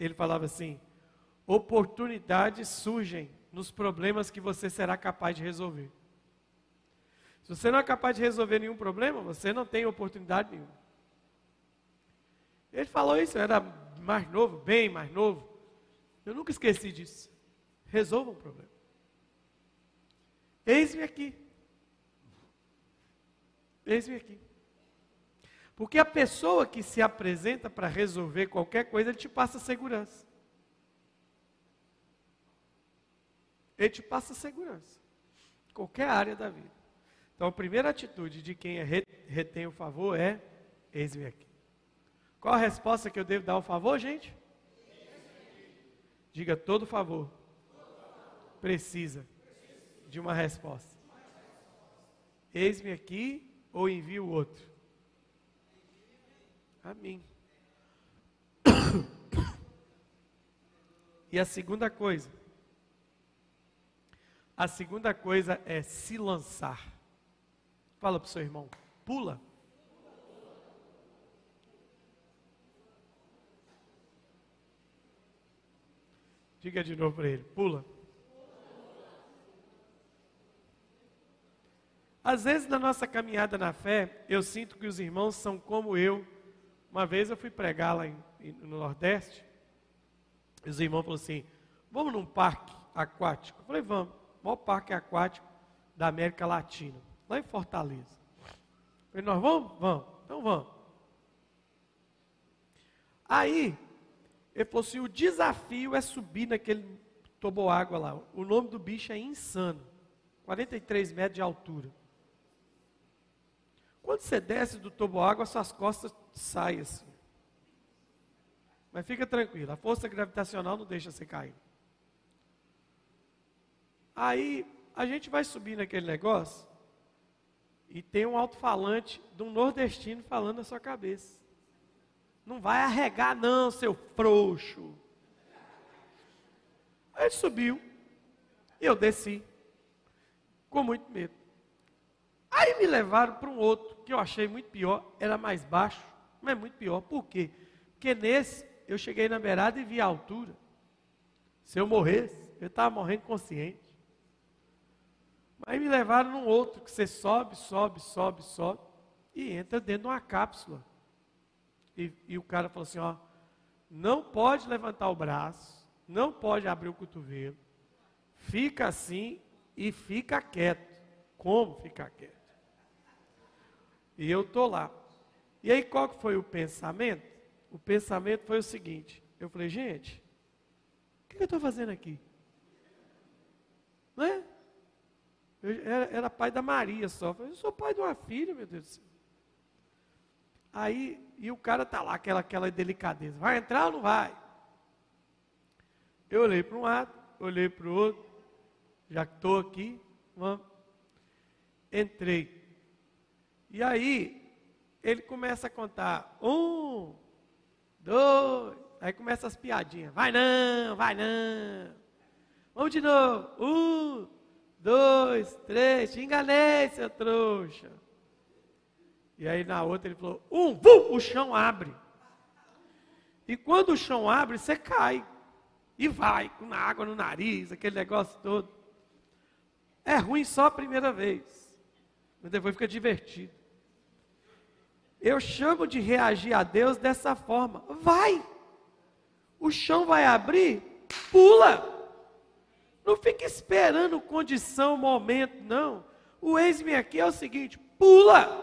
oportunidades surgem nos problemas que você será capaz de resolver. Se você não é capaz de resolver nenhum problema, você não tem oportunidade nenhuma. Ele falou isso, eu era mais novo, bem mais novo. Eu nunca esqueci disso. Resolva um problema. Eis-me aqui. Eis-me aqui. Porque a pessoa que se apresenta para resolver qualquer coisa, ele te passa segurança. Ele te passa segurança. Qualquer área da vida. Então, a primeira atitude de quem retém o favor é, eis-me aqui. Qual a resposta que eu devo dar ao favor, gente? Diga, todo favor precisa de uma resposta. Eis-me aqui ou envio o outro? A mim. E a segunda coisa é se lançar. Fala para o seu irmão, pula. Diga de novo para ele, pula. Às vezes na nossa caminhada na fé, eu sinto que os irmãos são como eu. Uma vez eu fui pregar lá no Nordeste, e os irmãos falaram assim, vamos num parque aquático? Eu falei, vamos, o maior parque aquático da América Latina, lá em Fortaleza. Eu falei, nós vamos? Vamos, então vamos. Aí, ele falou assim, o desafio é subir naquele toboágua lá. O nome do bicho é Insano, 43 metros de altura. Quando você desce do toboágua, suas costas saem assim. Mas fica tranquilo, a força gravitacional não deixa você cair. Aí, a gente vai subir naquele negócio e tem um alto-falante de um nordestino falando na sua cabeça. Não vai arregar não, seu frouxo. Aí ele subiu e eu desci com muito medo. Aí me levaram para um outro, que eu achei muito pior, era mais baixo, mas muito pior. Por quê? Porque nesse, eu cheguei na beirada e vi a altura. Se eu morresse, eu estava morrendo consciente. Aí me levaram num outro, que você sobe, e entra dentro de uma cápsula. E o cara falou assim, ó, não pode levantar o braço, não pode abrir o cotovelo, fica assim e fica quieto. Como ficar quieto? E eu estou lá. E aí qual que foi o pensamento? O pensamento foi o seguinte, eu falei, gente, o que eu estou fazendo aqui? Não é? Eu era pai da Maria só. Eu falei, eu sou pai de uma filha, meu Deus do céu. Aí, e o cara está lá, aquela delicadeza. Vai entrar ou não vai? Eu olhei para um lado, olhei para o outro. Já que estou aqui, vamos. Entrei. E aí, ele começa a contar. 1, 2. Aí começa as piadinhas. Vai não, vai não. Vamos de novo. 1, 2, 3. Te enganei, seu trouxa. E aí na outra ele falou, vum, o chão abre. E quando o chão abre, você cai. E vai, com água no nariz, aquele negócio todo. É ruim só a primeira vez. Mas depois fica divertido. Eu chamo de reagir a Deus dessa forma. Vai! O chão vai abrir, pula! Não fica esperando condição, momento, não. O eis-me aqui é o seguinte, pula!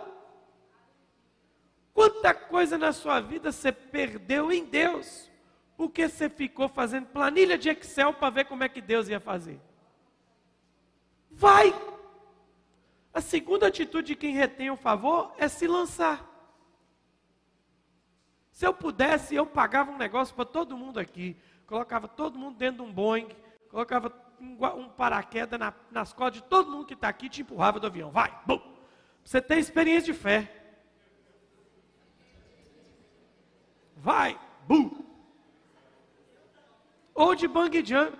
Quanta coisa na sua vida você perdeu em Deus, porque você ficou fazendo planilha de Excel para ver como é que Deus ia fazer. Vai! A segunda atitude de quem retém o favor é se lançar. Se eu pudesse, eu pagava um negócio para todo mundo aqui, colocava todo mundo dentro de um Boeing, colocava um paraquedas nas costas de todo mundo que está aqui e te empurrava do avião. Vai! Bum! Você tem experiência de fé. Vai! Bum! Ou de bungee jump.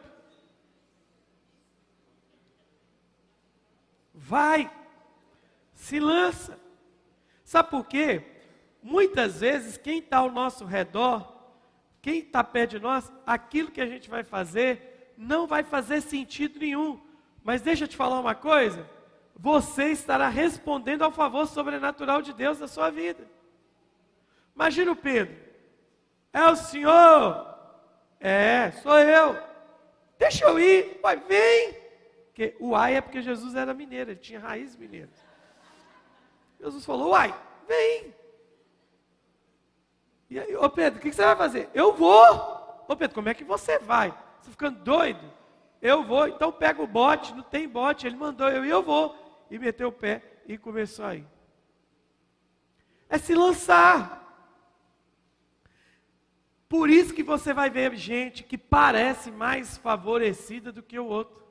Vai! Se lança. Sabe por quê? Muitas vezes, quem está ao nosso redor, quem está perto de nós, aquilo que a gente vai fazer, não vai fazer sentido nenhum. Mas deixa eu te falar uma coisa, você estará respondendo ao favor sobrenatural de Deus na sua vida. Imagina o Pedro, é o Senhor? É, sou eu. Deixa eu ir, vai, vem. Porque o ai é porque Jesus era mineiro, ele tinha raízes mineiras. Jesus falou, uai, vem. E aí, ô Pedro, o que você vai fazer? Eu vou. Ô Pedro, como é que você vai? Você ficando doido? Eu vou, então pega o bote, não tem bote, ele mandou eu vou. E meteu o pé e começou a ir. É se lançar. Por isso que você vai ver gente que parece mais favorecida do que o outro.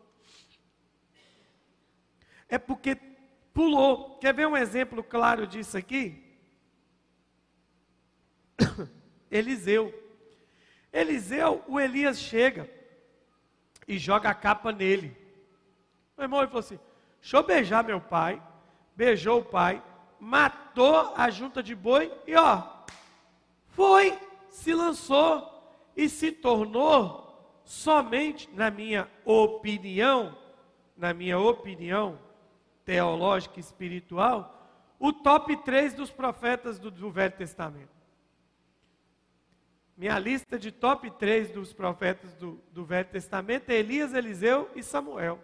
É porque pulou. Quer ver um exemplo claro disso aqui? Eliseu, o Elias chega e joga a capa nele. Meu irmão, ele falou assim, deixa eu beijar meu pai. Beijou o pai, matou a junta de boi e foi, se lançou e se tornou somente, na minha opinião teológica e espiritual, o top 3 dos profetas do Velho Testamento. Minha lista de top 3 dos profetas do Velho Testamento é Elias, Eliseu e Samuel.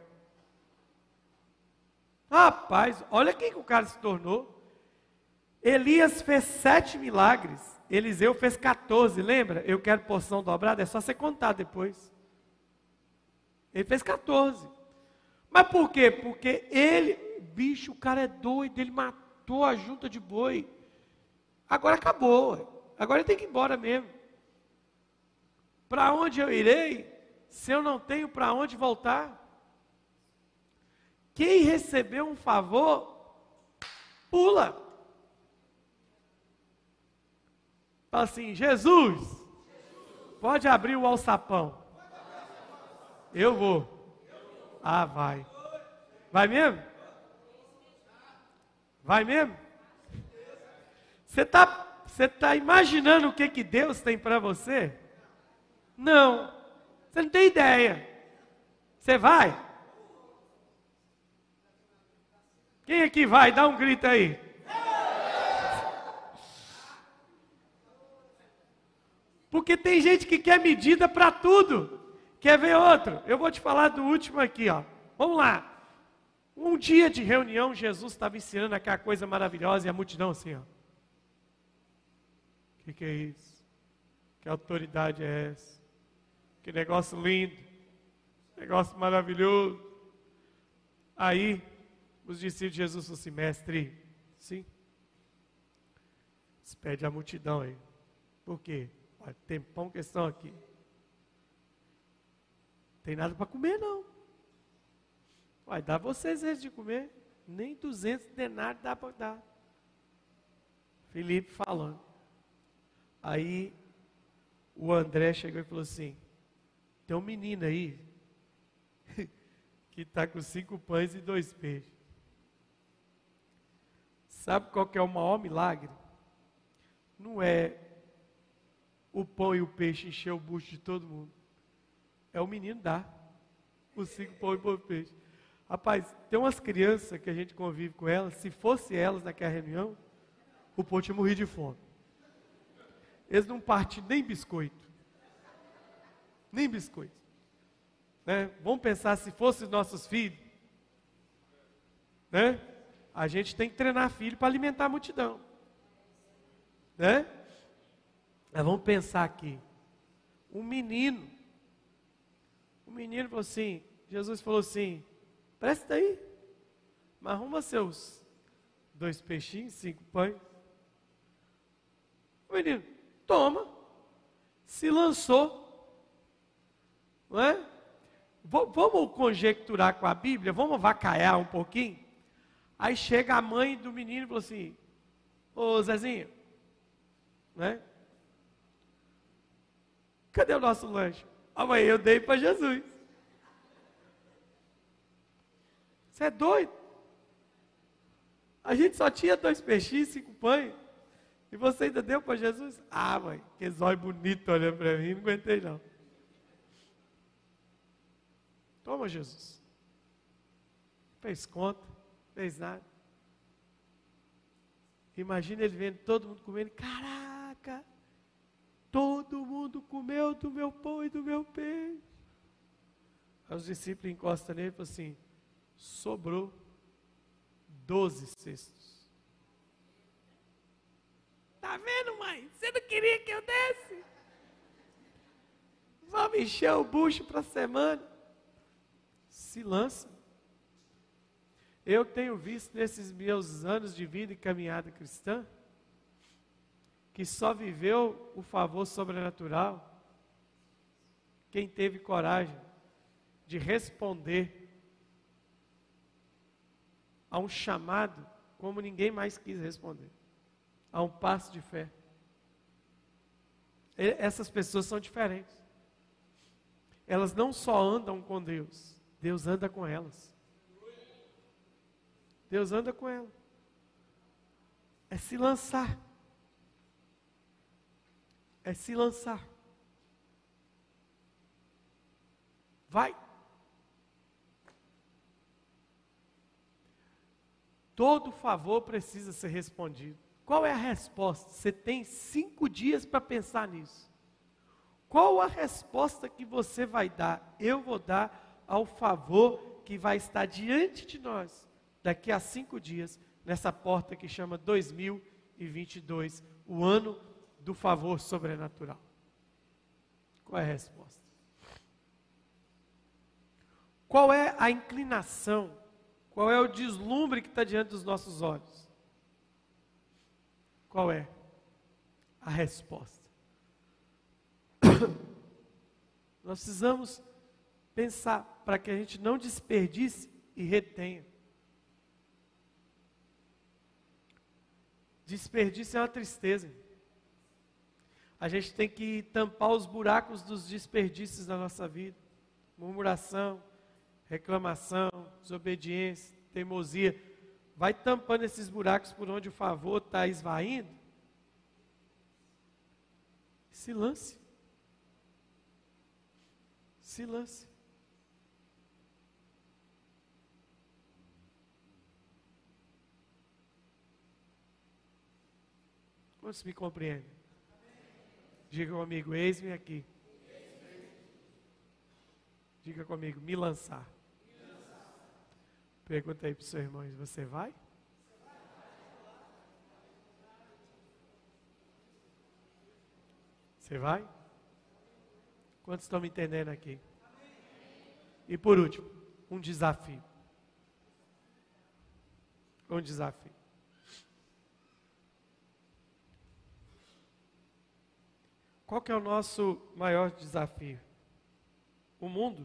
Rapaz, olha quem que o cara se tornou. Elias fez 7 milagres, Eliseu fez 14, lembra? Eu quero porção dobrada, é só você contar depois. Ele fez 14. Mas por quê? Porque o cara é doido, ele matou a junta de boi. Agora acabou, agora ele tem que ir embora mesmo. Para onde eu irei, se eu não tenho para onde voltar? Quem recebeu um favor, pula. Fala assim, Jesus, pode abrir o alçapão. Eu vou. Ah, vai. Vai mesmo? Vai mesmo? Você tá imaginando o que Deus tem para você? Não, você não tem ideia. Você vai? Quem aqui vai? Dá um grito aí. Porque tem gente que quer medida para tudo. Quer ver outro? Eu vou te falar do último aqui, Vamos lá. Um dia de reunião, Jesus estava ensinando aquela coisa maravilhosa e a multidão assim, O que é isso? Que autoridade é essa? Que negócio lindo, negócio maravilhoso. Aí, os discípulos de Jesus falaram assim, mestre, sim, despede a multidão aí. Por quê? Olha, tem pão que estão aqui. Tem nada para comer não. Vai dar vocês eles de comer. Nem 200 denários dá para dar. Felipe falando. Aí, o André chegou e falou assim, tem um menino aí, que está com 5 pães e 2 peixes. Sabe qual que é o maior milagre? Não é o pão e o peixe encher o bucho de todo mundo. É o menino dar os 5 pão e o peixe. Rapaz, tem umas crianças que a gente convive com elas, se fosse elas naquela reunião, o povo tinha morrido de fome. Eles não partiam nem biscoito. Nem biscoito. Né? Vamos pensar se fossem nossos filhos. Né? A gente tem que treinar filho para alimentar a multidão. Né? Mas vamos pensar aqui. Um menino falou assim, Jesus falou assim, presta aí, mas arruma seus 2 peixinhos, 5 pães. O menino, toma, se lançou, não é? Vamos conjecturar com a Bíblia, vamos avacalhar um pouquinho. Aí chega a mãe do menino e falou assim, ô Zezinho, né? Cadê o nosso lanche? A mãe, eu dei para Jesus. Você é doido? A gente só tinha 2 peixinhos, 5 pães. E você ainda deu para Jesus? Ah, mãe, que zóio bonito olhando para mim, não aguentei não. Toma, Jesus. Fez conta, fez nada. Imagina ele vendo todo mundo comendo. Caraca, todo mundo comeu do meu pão e do meu peixe. Aí os discípulos encostam nele e falam assim, sobrou 12 cestos. Tá vendo, mãe? Você não queria que eu desse? Vamos encher o bucho para a semana. Se lança. Eu tenho visto nesses meus anos de vida e caminhada cristã, que só viveu o favor sobrenatural quem teve coragem de responder a um chamado como ninguém mais quis responder, a um passo de fé. Essas pessoas são diferentes. Elas não só andam com Deus, Deus anda com elas. Deus anda com elas. É se lançar. É se lançar. Vai. Todo favor precisa ser respondido. Qual é a resposta? Você tem 5 dias para pensar nisso. Qual a resposta que você vai dar? Eu vou dar ao favor que vai estar diante de nós daqui a 5 dias, nessa porta que chama 2022, o ano do favor sobrenatural. Qual é a resposta? Qual é a inclinação? Qual é o deslumbre que está diante dos nossos olhos? Qual é a resposta? Nós precisamos pensar para que a gente não desperdice e retenha. Desperdício é uma tristeza. A gente tem que tampar os buracos dos desperdícios da nossa vida. Murmuração, reclamação, desobediência, teimosia. Vai tampando esses buracos por onde o favor está esvaindo. Se lance. Se lance. Quantos me compreendem? Diga comigo, eis-me aqui. Diga comigo, me lançar. Pergunta aí para o seu irmão, você vai? Você vai? Quantos estão me entendendo aqui? E por último, um desafio. Um desafio. Qual que é o nosso maior desafio? O mundo.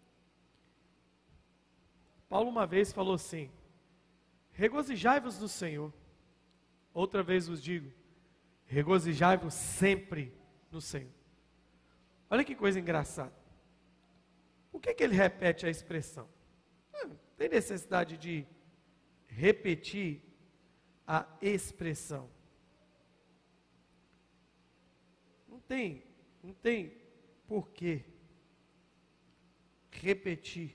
Paulo uma vez falou assim, regozijai-vos no Senhor. Outra vez vos digo, regozijai-vos sempre no Senhor. Olha que coisa engraçada. Por que ele repete a expressão? Não tem necessidade de repetir a expressão. não tem porquê repetir.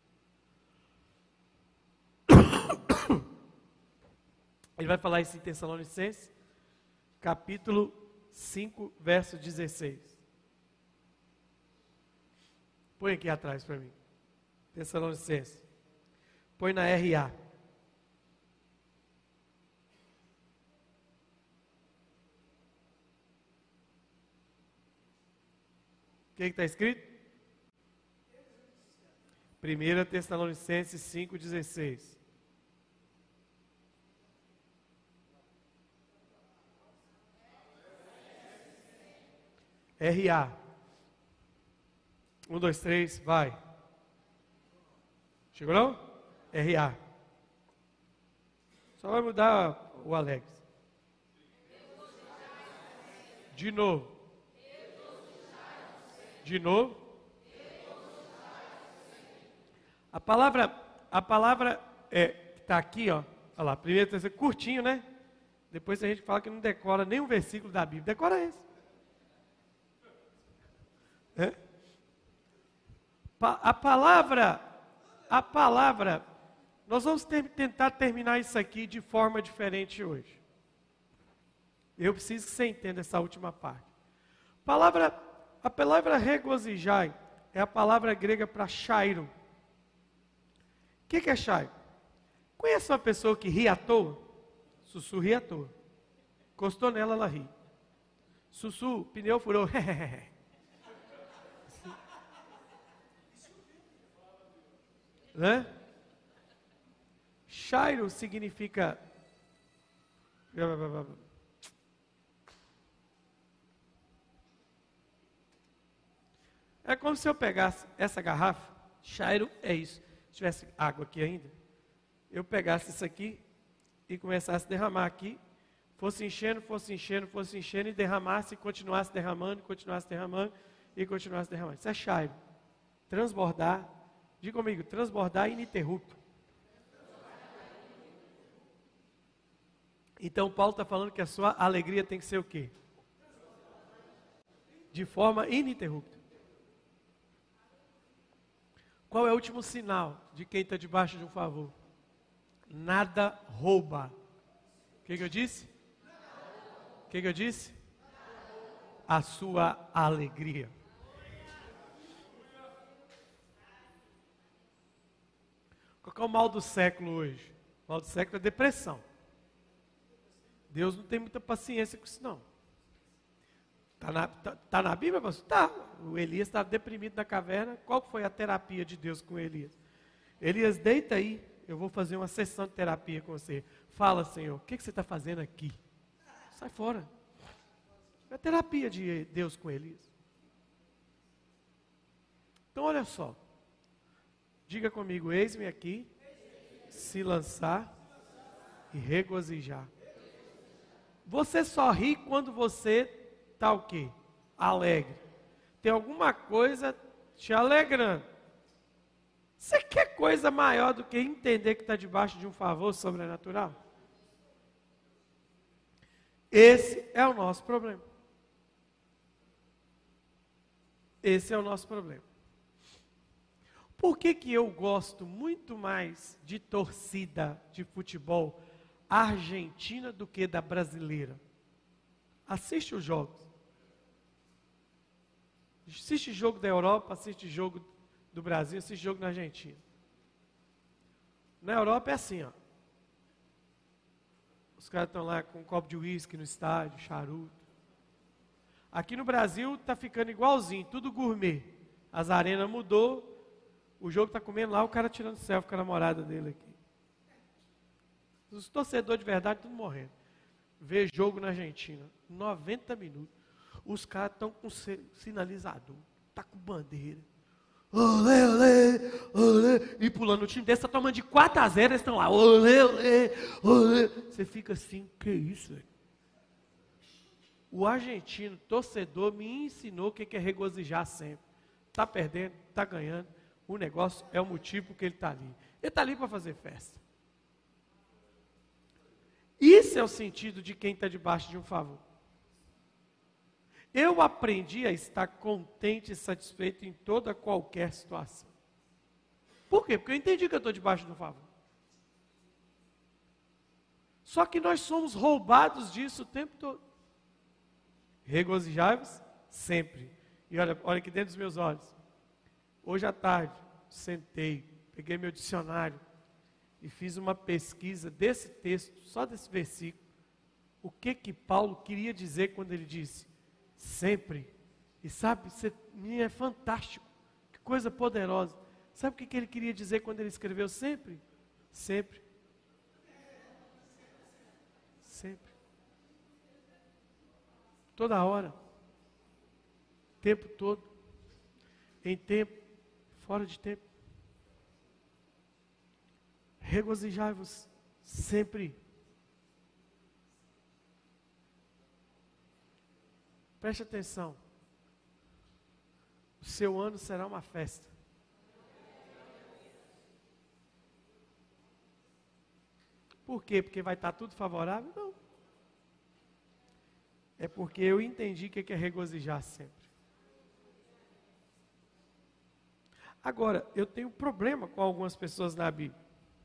Ele vai falar isso em Tessalonicenses, capítulo 5, verso 16. Põe aqui atrás para mim. Tessalonicenses. Põe na RA. O que está escrito? 1 Tessalonicenses 5,16. RA. 1, 2, 3, vai. Chegou não? RA. Só vai mudar o Alex. De novo. De novo. A palavra que está aqui, ó. Olha lá, primeiro, terceiro, curtinho, né? Depois a gente fala que não decora nenhum versículo da Bíblia. Decora esse. A palavra, nós vamos tentar terminar isso aqui de forma diferente hoje. Eu preciso que você entenda essa última parte. A palavra regozijai é a palavra grega para chairo. O que é chairo? Conhece uma pessoa que ri à toa? Sussu ri à toa. Encostou nela, ela ri. Sussu, pneu furou. Né? Chairo significa... É como se eu pegasse essa garrafa, chairo é isso. Se tivesse água aqui ainda, eu pegasse isso aqui e começasse a derramar aqui, fosse enchendo e derramasse e continuasse derramando, e continuasse derramando. Isso é chairo. Transbordar. Diga comigo, transbordar ininterrupto. Então Paulo está falando que a sua alegria tem que ser o quê? De forma ininterrupta. Qual é o último sinal de quem está debaixo de um favor? Nada rouba. O que eu disse? O que eu disse? A sua alegria. Qual é o mal do século hoje? O mal do século é depressão. Deus não tem muita paciência com isso não. Tá na Bíblia, pastor? Tá. O Elias estava deprimido na caverna. Qual foi a terapia de Deus com Elias? Elias, deita aí, eu vou fazer uma sessão de terapia com você. Fala, Senhor, o que você está fazendo aqui? Sai fora. É a terapia de Deus com Elias. Então, olha só. Diga comigo, eis-me aqui, se lançar e regozijar. Você só ri quando você está o quê? Alegre. Tem alguma coisa te alegrando. Você quer coisa maior do que entender que está debaixo de um favor sobrenatural? Esse é o nosso problema. Esse é o nosso problema. Por que eu gosto muito mais de torcida de futebol argentina do que da brasileira? Assiste os jogos. Assiste jogo da Europa, assiste jogo do Brasil, assiste jogo na Argentina. Na Europa é assim, ó. Os caras estão lá com um copo de uísque no estádio, charuto. Aqui no Brasil está ficando igualzinho, tudo gourmet. As arenas mudou. O jogo está comendo lá, o cara tirando selfie com a namorada dele aqui. Os torcedores de verdade, tudo morrendo. Vê jogo na Argentina, 90 minutos. Os caras estão com sinalizador, tá com bandeira. Olê, olê, olê. E pulando, o time desse está tomando de 4-0, eles estão lá. Olê, olê, olê. Você fica assim, que isso, velho? O argentino, torcedor, me ensinou o que é regozijar sempre. Está perdendo, está ganhando. O negócio é o motivo que ele está ali. Ele está ali para fazer festa. Isso é o sentido de quem está debaixo de um favor. Eu aprendi a estar contente e satisfeito em toda qualquer situação. Por quê? Porque eu entendi que eu estou debaixo do favor. Só que nós somos roubados disso o tempo todo. Regozijai-vos sempre. E olha aqui dentro dos meus olhos. Hoje à tarde, sentei, peguei meu dicionário e fiz uma pesquisa desse texto, só desse versículo. O que Paulo queria dizer quando ele disse sempre? E sabe, é fantástico, que coisa poderosa. Sabe o que ele queria dizer quando ele escreveu sempre? Sempre. Sempre. Toda hora. Tempo todo. Em tempo, fora de tempo. Regozijai-vos sempre. Preste atenção. O seu ano será uma festa. Por quê? Porque vai estar tudo favorável? Não. É porque eu entendi o que é regozijar sempre. Agora, eu tenho um problema com algumas pessoas na Bíblia.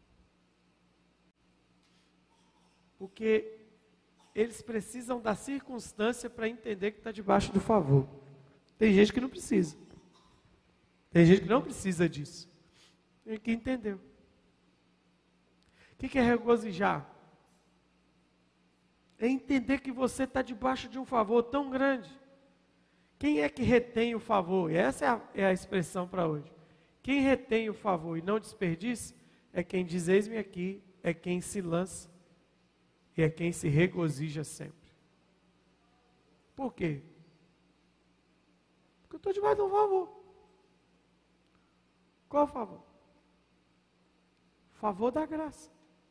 Porque eles precisam da circunstância para entender que está debaixo do favor. Tem gente que não precisa. Tem gente que não precisa disso. Tem que entender. O que é regozijar? É entender que você está debaixo de um favor tão grande. Quem é que retém o favor? E essa é a expressão para hoje. Quem retém o favor e não desperdiça é quem diz: eis-me aqui, é quem se lança e é quem se regozija sempre. Por quê? Porque eu estou debaixo de um favor. Qual favor? Favor da graça.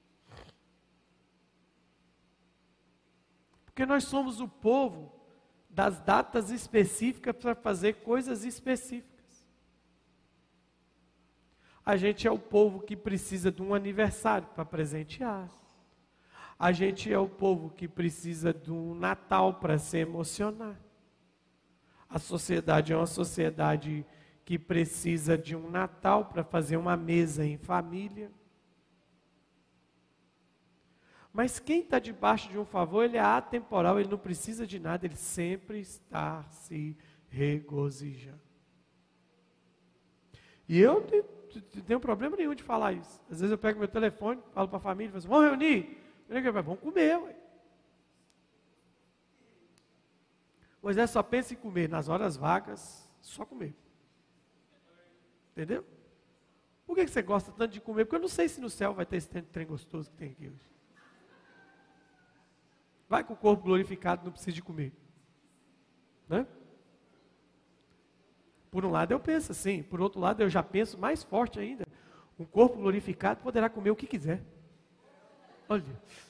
Porque nós somos o povo das datas específicas para fazer coisas específicas. A gente é o povo que precisa de um aniversário para presentear. A gente é o povo que precisa de um Natal para se emocionar. A sociedade é uma sociedade que precisa de um Natal para fazer uma mesa em família. Mas quem está debaixo de um favor, ele é atemporal, ele não precisa de nada, ele sempre está se regozijando. E eu não tenho problema nenhum de falar isso. Às vezes eu pego meu telefone, falo para a família, falo assim: vamos reunir? Vamos comer, ué. Moisés só pensa em comer, nas horas vagas, só comer. Entendeu? Por que você gosta tanto de comer? Porque eu não sei se no céu vai ter esse trem gostoso que tem aqui hoje. Vai com o corpo glorificado, não precisa de comer. Né? Por um lado eu penso assim, por outro lado eu já penso mais forte ainda. Um corpo glorificado poderá comer o que quiser. Olha,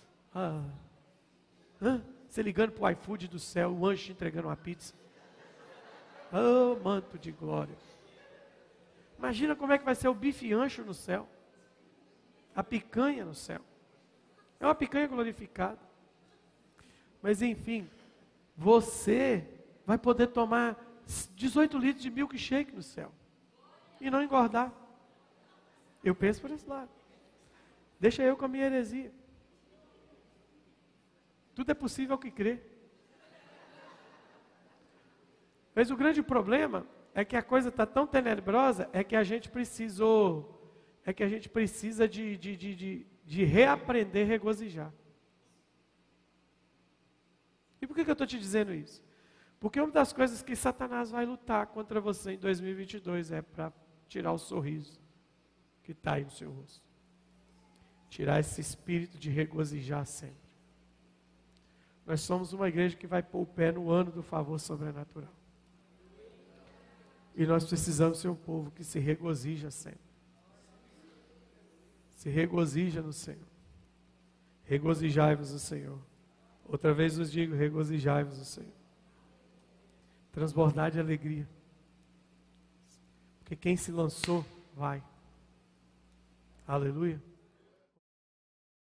você ligando para o iFood do céu, o anjo te entregando uma pizza. Oh, manto de glória. Imagina como é que vai ser o bife ancho no céu. A picanha no céu. É uma picanha glorificada. Mas enfim, você vai poder tomar 18 litros de milkshake no céu. E não engordar. Eu penso por esse lado. Deixa eu com a minha heresia. Tudo é possível ao que crê. Mas o grande problema é que a coisa está tão tenebrosa, é que a gente precisa de reaprender a regozijar. E por que eu estou te dizendo isso? Porque uma das coisas que Satanás vai lutar contra você em 2022 é para tirar o sorriso que está aí no seu rosto. Tirar esse espírito de regozijar sempre. Nós somos uma igreja que vai pôr o pé no ano do favor sobrenatural. E nós precisamos ser um povo que se regozija sempre. Se regozija no Senhor. Regozijai-vos no Senhor. Outra vez vos digo, regozijai-vos no Senhor. Transbordar de alegria. Porque quem se lançou, vai. Aleluia.